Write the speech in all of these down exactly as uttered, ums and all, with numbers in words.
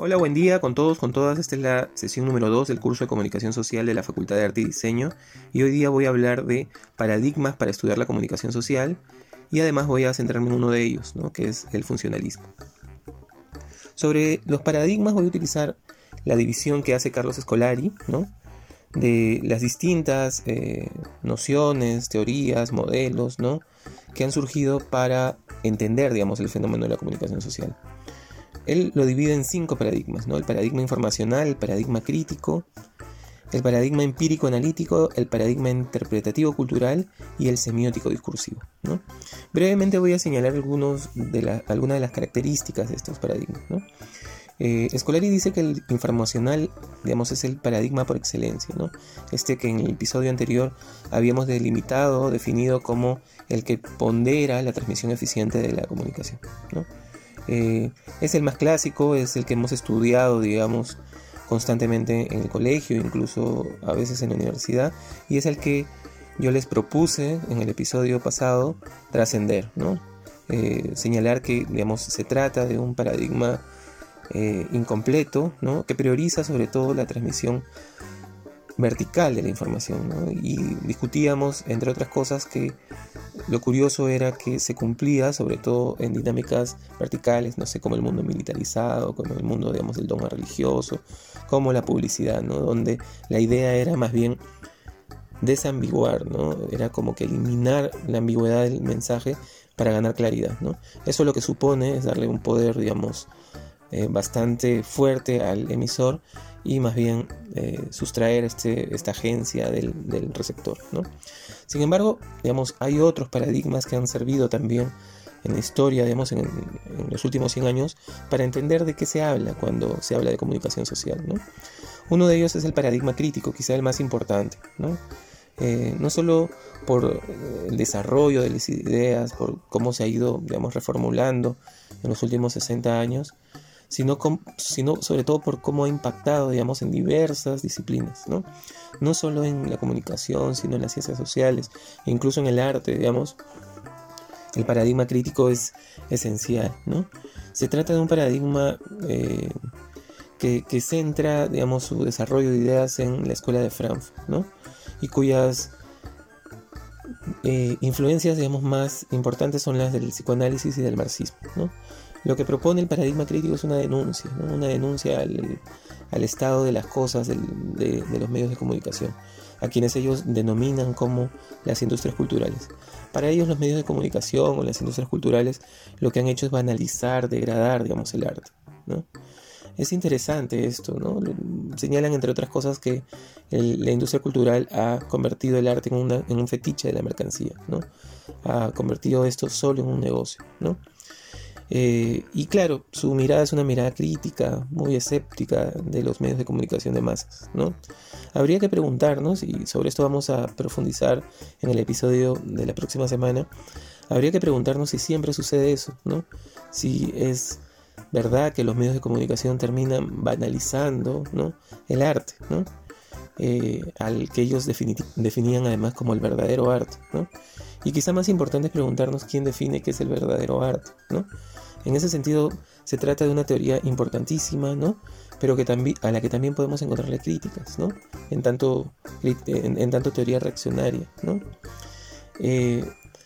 Hola, buen día con todos, con todas. Esta es la sesión número dos del curso de Comunicación Social de la Facultad de Arte y Diseño. Y hoy día voy a hablar de paradigmas para estudiar la comunicación social. Y además voy a centrarme en uno de ellos, ¿no? Que es el funcionalismo. Sobre los paradigmas voy a utilizar la división que hace Carlos Scolari, ¿no? De las distintas eh, nociones, teorías, modelos, ¿no? que han surgido para entender, digamos, el fenómeno de la comunicación social. Él lo divide en cinco paradigmas, ¿no? El paradigma informacional, el paradigma crítico, el paradigma empírico-analítico, el paradigma interpretativo-cultural y el semiótico discursivo, ¿no? Brevemente voy a señalar algunos de la, algunas de las características de estos paradigmas, ¿no? Eh, Scolari dice que el informacional, digamos, es el paradigma por excelencia, ¿no? Este que en el episodio anterior habíamos delimitado, definido como el que pondera la transmisión eficiente de la comunicación, ¿no? Eh, es el más clásico, es el que hemos estudiado, digamos, constantemente en el colegio, incluso a veces en la universidad, y es el que yo les propuse en el episodio pasado trascender, ¿no? Eh, señalar que, digamos, se trata de un paradigma eh, incompleto, ¿no? que prioriza sobre todo la transmisión vertical de la información, ¿no? Y discutíamos, entre otras cosas, que lo curioso era que se cumplía sobre todo en dinámicas verticales, no sé, como el mundo militarizado, como el mundo, digamos, del dogma religioso, como la publicidad, ¿no? Donde la idea era más bien desambiguar, ¿no? Era como que eliminar la ambigüedad del mensaje para ganar claridad, ¿no? Eso lo que supone es darle un poder, digamos, eh, bastante fuerte al emisor y más bien eh, sustraer este, esta agencia del, del receptor, ¿no? Sin embargo, digamos, hay otros paradigmas que han servido también en la historia, digamos, en, en los últimos cien años, para entender de qué se habla cuando se habla de comunicación social, ¿no? Uno de ellos es el paradigma crítico, quizá el más importante, ¿no? Eh, no solo por el desarrollo de las ideas, por cómo se ha ido, digamos, reformulando en los últimos sesenta años, Sino, com, sino sobre todo por cómo ha impactado, digamos, en diversas disciplinas, ¿no? No solo en la comunicación, sino en las ciencias sociales, e incluso en el arte, digamos. El paradigma crítico es esencial, ¿no? Se trata de un paradigma eh, que, que centra, digamos, su desarrollo de ideas en la escuela de Frankfurt, ¿no? Y cuyas eh, influencias, digamos, más importantes son las del psicoanálisis y del marxismo, ¿no? Lo que propone el paradigma crítico es una denuncia, ¿no? Una denuncia al, al estado de las cosas del, de, de los medios de comunicación, a quienes ellos denominan como las industrias culturales. Para ellos los medios de comunicación o las industrias culturales lo que han hecho es banalizar, degradar, digamos, el arte, ¿no? Es interesante esto, ¿no? Señalan, entre otras cosas, que el, la industria cultural ha convertido el arte en, una, en un fetiche de la mercancía, ¿no? Ha convertido esto solo en un negocio, ¿no? Eh, y claro, su mirada es una mirada crítica, muy escéptica de los medios de comunicación de masas, ¿no? Habría que preguntarnos, y sobre esto vamos a profundizar en el episodio de la próxima semana, habría que preguntarnos si siempre sucede eso, ¿no? Si es verdad que los medios de comunicación terminan banalizando, ¿no? el arte, ¿no? Eh, al que ellos defini- definían además como el verdadero arte, ¿no? Y quizá más importante es preguntarnos quién define qué es el verdadero arte, ¿no? En ese sentido se trata de una teoría importantísima, ¿no? Pero que también, a la que también podemos encontrarle críticas, ¿no? En tanto, en, en tanto teoría reaccionaria, ¿no? Eh,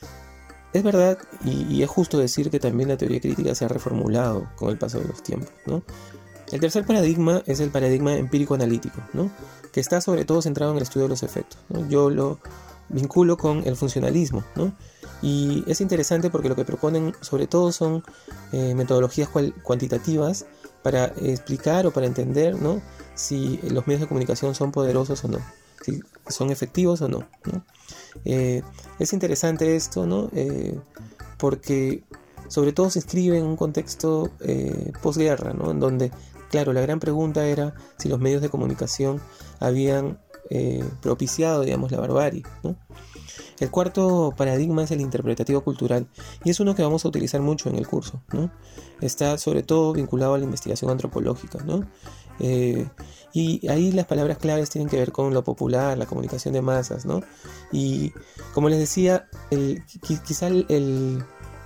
es verdad y, y es justo decir que también la teoría crítica se ha reformulado con el paso de los tiempos, ¿no? El tercer paradigma es el paradigma empírico-analítico, ¿no? Que está sobre todo centrado en el estudio de los efectos, ¿no? Yo lo vinculo con el funcionalismo, ¿no? Y es interesante porque lo que proponen sobre todo son eh, metodologías cual, cuantitativas para explicar o para entender, ¿no? si los medios de comunicación son poderosos o no, si son efectivos o no, ¿no? Eh, es interesante esto, ¿no? Eh, porque sobre todo se inscribe en un contexto eh, posguerra, ¿no? En donde, claro, la gran pregunta era si los medios de comunicación habían eh, propiciado, digamos, la barbarie, ¿no? El cuarto paradigma es el interpretativo cultural y es uno que vamos a utilizar mucho en el curso, ¿no? Está sobre todo vinculado a la investigación antropológica, ¿no? Eh, y ahí las palabras claves tienen que ver con lo popular, la comunicación de masas, ¿no? Y como les decía, el, quizá el, el,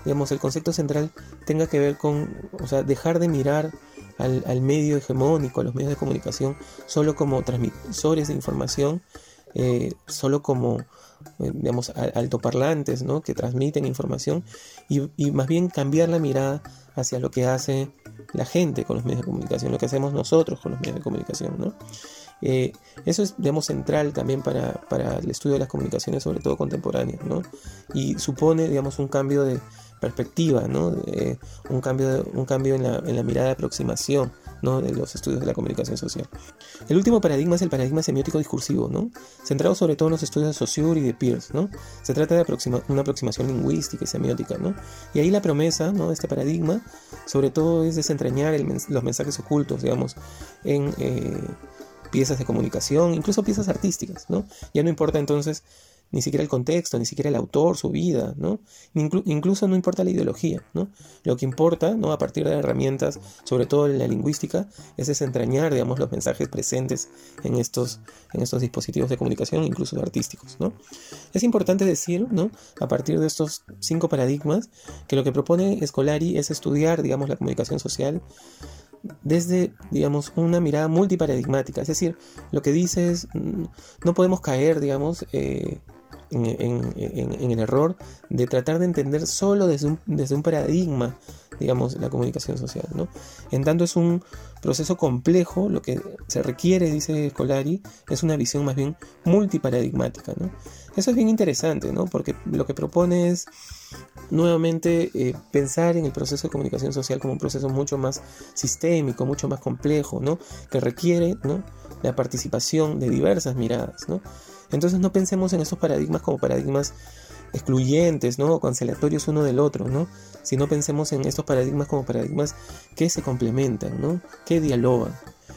digamos, el concepto central tenga que ver con, o sea, dejar de mirar al, al medio hegemónico, a los medios de comunicación, solo como transmisores de información, eh, solo como, eh, digamos, altoparlantes, ¿no?, que transmiten información, y, y más bien cambiar la mirada hacia lo que hace la gente con los medios de comunicación, lo que hacemos nosotros con los medios de comunicación, ¿no? Eh, eso es, digamos, central también para, para el estudio de las comunicaciones, sobre todo contemporáneas, ¿no? Y supone, digamos, un cambio de perspectiva, ¿no? Eh, un cambio, de, un cambio en, la, en la mirada de aproximación, ¿no?, de los estudios de la comunicación social. El último paradigma es el paradigma semiótico discursivo, ¿no?, centrado sobre todo en los estudios de Saussure y de Peirce, ¿no? Se trata de aproxima, una aproximación lingüística y semiótica, ¿no? Y ahí la promesa, ¿no?, de este paradigma, sobre todo, es desentrañar el mens los mensajes ocultos, digamos, en eh, piezas de comunicación, incluso piezas artísticas, ¿no? Ya no importa entonces ni siquiera el contexto, ni siquiera el autor, su vida, ¿no? Inclu incluso no importa la ideología, ¿no? Lo que importa, ¿no?, a partir de herramientas, sobre todo en la lingüística, es desentrañar, digamos, los mensajes presentes en estos, en estos dispositivos de comunicación, incluso artísticos, ¿no? Es importante decir, ¿no?, a partir de estos cinco paradigmas, que lo que propone Scolari es estudiar, digamos, la comunicación social desde, digamos, una mirada multiparadigmática. Es decir, lo que dice es, no podemos caer, digamos, eh, en, en, en, en el error de tratar de entender solo desde un, desde un paradigma, digamos, la comunicación social, ¿no? En tanto es un proceso complejo, lo que se requiere, dice Scolari, es una visión más bien multiparadigmática, ¿no? Eso es bien interesante, ¿no?, porque lo que propone es nuevamente eh, pensar en el proceso de comunicación social como un proceso mucho más sistémico, mucho más complejo, ¿no?, que requiere, ¿no?, la participación de diversas miradas, ¿no? Entonces no pensemos en esos paradigmas como paradigmas excluyentes, ¿no?, o cancelatorios uno del otro, ¿no?, sino pensemos en estos paradigmas como paradigmas que se complementan, ¿no?, que dialogan.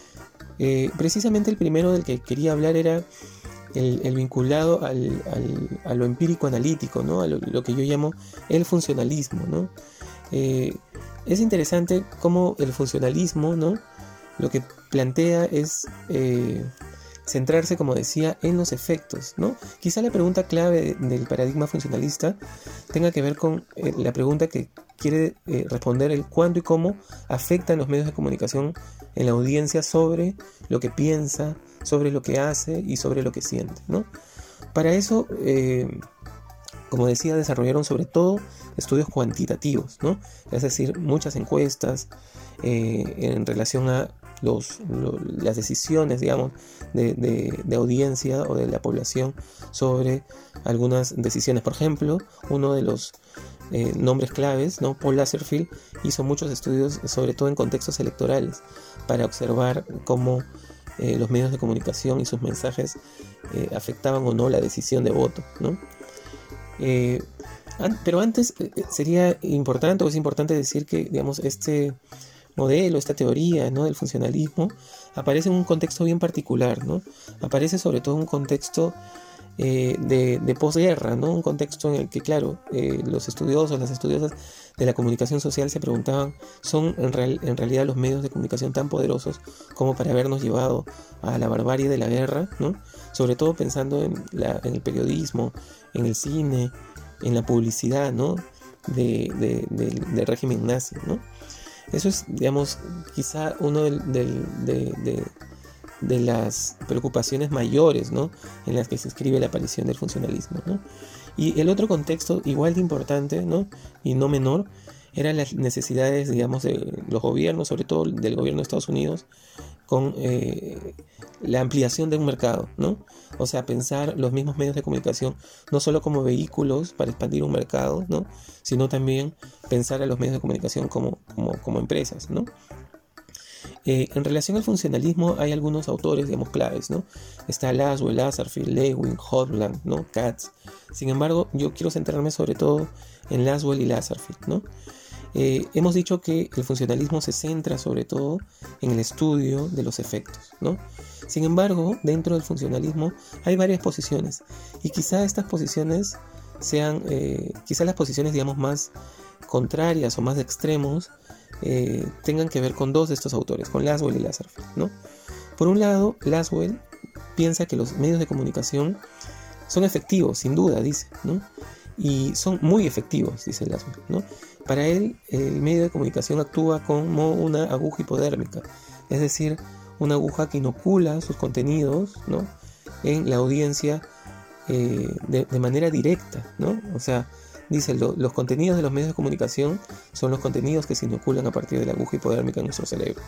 Eh, precisamente el primero del que quería hablar era el, el vinculado al, al, a lo empírico analítico, ¿no?, a lo, lo que yo llamo el funcionalismo, ¿no? Eh, es interesante cómo el funcionalismo, ¿no?, lo que plantea es eh, centrarse, como decía, en los efectos, ¿no? Quizá la pregunta clave de, del paradigma funcionalista tenga que ver con eh, la pregunta que quiere eh, responder el cuándo y cómo afectan los medios de comunicación en la audiencia sobre lo que piensa, sobre lo que hace y sobre lo que siente, ¿no? Para eso, eh, como decía, desarrollaron sobre todo estudios cuantitativos, ¿no? Es decir, muchas encuestas eh, en relación a los, lo, las decisiones, digamos, de, de, de audiencia o de la población sobre algunas decisiones. Por ejemplo, uno de los eh, nombres claves, ¿no?, Paul Lazarsfeld, hizo muchos estudios, sobre todo en contextos electorales, para observar cómo eh, los medios de comunicación y sus mensajes eh, afectaban o no la decisión de voto, ¿no? Eh, an pero antes eh, sería importante o es importante decir que, digamos, este modelo, esta teoría, ¿no?, del funcionalismo aparece en un contexto bien particular, ¿no? Aparece sobre todo en un contexto eh, de, de posguerra, ¿no? Un contexto en el que, claro, eh, los estudiosos, las estudiosas de la comunicación social se preguntaban, ¿son en, real, en realidad los medios de comunicación tan poderosos como para habernos llevado a la barbarie de la guerra, ¿no? Sobre todo pensando en, la, en el periodismo, en el cine, en la publicidad, ¿no?, de, de, de, del régimen nazi, ¿no? Eso es, digamos, quizá uno del, del, de, de, de las preocupaciones mayores, ¿no?, en las que se escribe la aparición del funcionalismo, ¿no? Y el otro contexto, igual de importante, ¿no?, y no menor, eran las necesidades, digamos, de los gobiernos, sobre todo del gobierno de Estados Unidos, con eh, la ampliación de un mercado, ¿no? O sea, pensar los mismos medios de comunicación no solo como vehículos para expandir un mercado, ¿no?, sino también pensar a los medios de comunicación como, como, como empresas, ¿no? Eh, en relación al funcionalismo hay algunos autores, digamos, claves, ¿no? Está Laswell, Lazarsfeld, Lewin, Hobsbawm, ¿no?, Katz. Sin embargo, yo quiero centrarme sobre todo en Laswell y Lazarsfeld, ¿no? Eh, hemos dicho que el funcionalismo se centra sobre todo en el estudio de los efectos, ¿no? Sin embargo, dentro del funcionalismo hay varias posiciones y quizá estas posiciones sean, eh, quizá las posiciones, digamos, más contrarias o más de extremos eh, tengan que ver con dos de estos autores, con Laswell y Lazarsfeld, ¿no? Por un lado, Laswell piensa que los medios de comunicación son efectivos, sin duda, dice, ¿no? y son muy efectivos, dice Laswell, ¿no? Para él, el medio de comunicación actúa como una aguja hipodérmica, es decir, una aguja que inocula sus contenidos, ¿no?, en la audiencia eh, de, de manera directa, ¿no? O sea, dice, lo, los contenidos de los medios de comunicación son los contenidos que se inoculan a partir de la aguja hipodérmica en nuestro cerebro.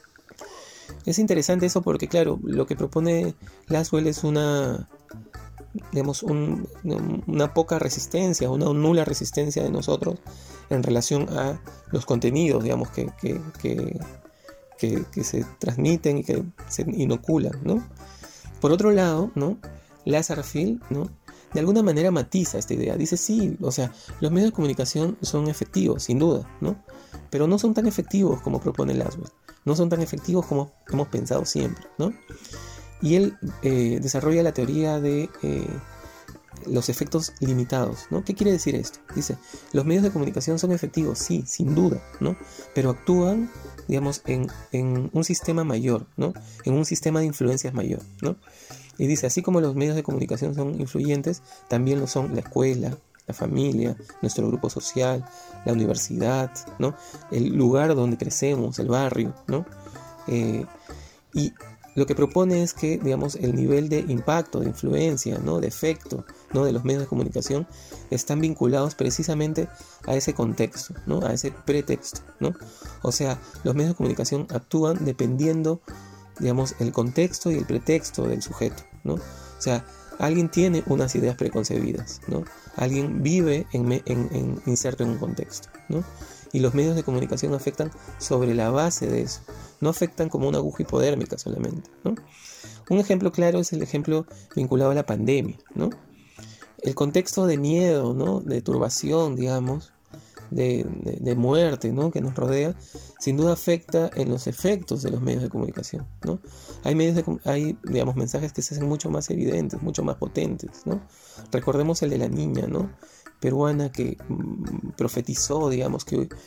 Es interesante eso porque, claro, lo que propone Laswell es una, digamos, un, una poca resistencia, una nula resistencia de nosotros en relación a los contenidos, digamos, que, que, que, que, que se transmiten y que se inoculan, ¿no? Por otro lado, ¿no?, Lasarfield, ¿no?, de alguna manera matiza esta idea. Dice, sí, o sea, los medios de comunicación son efectivos, sin duda, ¿no?, pero no son tan efectivos como propone Laswell. No son tan efectivos como hemos pensado siempre, ¿no? Y él eh, desarrolla la teoría de eh, los efectos limitados, ¿no? ¿Qué quiere decir esto? Dice, los medios de comunicación son efectivos, sí, sin duda, ¿no?, pero actúan, digamos, en, en un sistema mayor, ¿no?, en un sistema de influencias mayor, ¿no? Y dice, así como los medios de comunicación son influyentes, también lo son la escuela, la familia, nuestro grupo social, la universidad, ¿no?, el lugar donde crecemos, el barrio, ¿no? Eh, y lo que propone es que, digamos, el nivel de impacto, de influencia, ¿no?, de efecto, ¿no?, de los medios de comunicación están vinculados precisamente a ese contexto, ¿no?, a ese pretexto, ¿no? O sea, los medios de comunicación actúan dependiendo, digamos, el contexto y el pretexto del sujeto, ¿no? O sea, alguien tiene unas ideas preconcebidas, ¿no? Alguien vive en, en, en, inserto en un contexto, ¿no? Y los medios de comunicación afectan sobre la base de eso, no afectan como una aguja hipodérmica solamente, ¿no? Un ejemplo claro es el ejemplo vinculado a la pandemia, ¿no? El contexto de miedo, ¿no?, de turbación, digamos, de, de, de muerte, ¿no?, que nos rodea, sin duda afecta en los efectos de los medios de comunicación, ¿no? Hay medios de, hay, digamos, mensajes que se hacen mucho más evidentes, mucho más potentes, ¿no? Recordemos el de la niña, ¿no?, peruana que mmm, profetizó, digamos, que eh,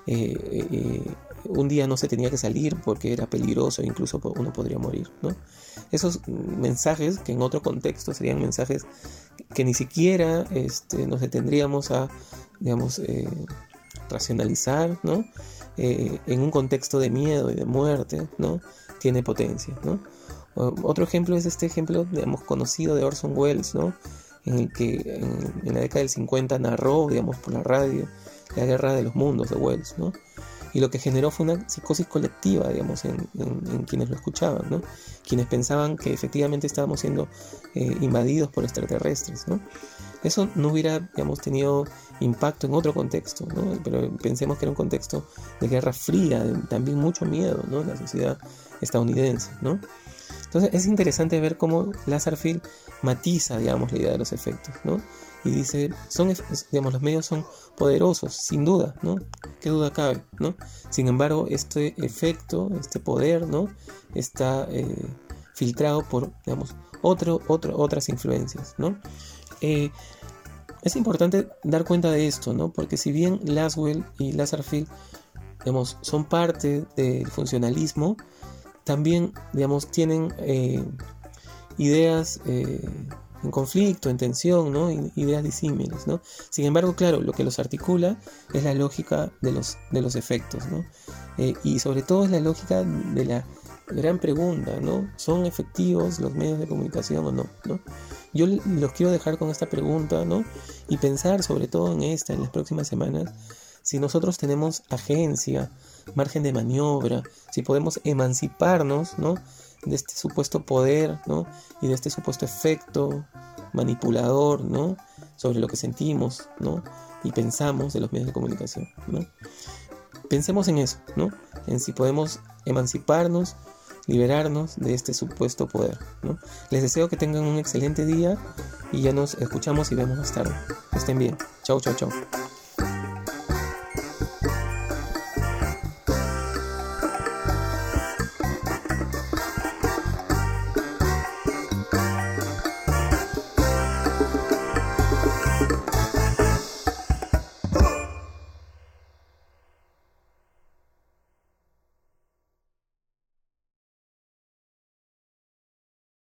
eh, un día no se tenía que salir porque era peligroso, incluso uno podría morir, ¿no? Esos mensajes que en otro contexto serían mensajes que ni siquiera este, nos detendríamos a, digamos, eh, racionalizar, ¿no? Eh, en un contexto de miedo y de muerte, ¿no?, tiene potencia, ¿no? Otro ejemplo es este ejemplo, digamos, conocido de Orson Welles, ¿no?, en el que en, en la década del cincuenta narró, digamos, por la radio la Guerra de los Mundos de Welles, ¿no? Y lo que generó fue una psicosis colectiva, digamos, en, en, en quienes lo escuchaban, ¿no? Quienes pensaban que efectivamente estábamos siendo eh, invadidos por extraterrestres, ¿no? Eso no hubiera, digamos, tenido impacto en otro contexto, ¿no? Pero pensemos que era un contexto de Guerra Fría, de también mucho miedo, ¿no?, en la sociedad estadounidense, ¿no? Entonces es interesante ver cómo Lasarfield matiza, digamos, la idea de los efectos, ¿no? Y dice, son, digamos, los medios son poderosos, sin duda, ¿no? ¿Qué duda cabe, ¿no? Sin embargo, este efecto, este poder, ¿no?, está eh, filtrado por, digamos, otro, otro, otras influencias, ¿no? Eh, es importante dar cuenta de esto, ¿no? Porque si bien Laswell y Lasarfield, digamos, son parte del funcionalismo, también, digamos, tienen eh, ideas eh, en conflicto, en tensión, ¿no?, ideas disímiles, ¿no? Sin embargo, claro, lo que los articula es la lógica de los, de los efectos, ¿no? Eh, y sobre todo es la lógica de la gran pregunta, ¿no? ¿Son efectivos los medios de comunicación o no, ¿no? Yo los quiero dejar con esta pregunta, ¿no?, y pensar sobre todo en esta, en las próximas semanas, si nosotros tenemos agencia, margen de maniobra, si podemos emanciparnos, ¿no?, de este supuesto poder, ¿no?, y de este supuesto efecto manipulador, ¿no?, sobre lo que sentimos, ¿no?, y pensamos de los medios de comunicación, ¿no? Pensemos en eso, ¿no?, en si podemos emanciparnos, liberarnos de este supuesto poder, ¿no? Les deseo que tengan un excelente día y ya nos escuchamos y vemos más tarde. Que estén bien. Chau, chau, chau.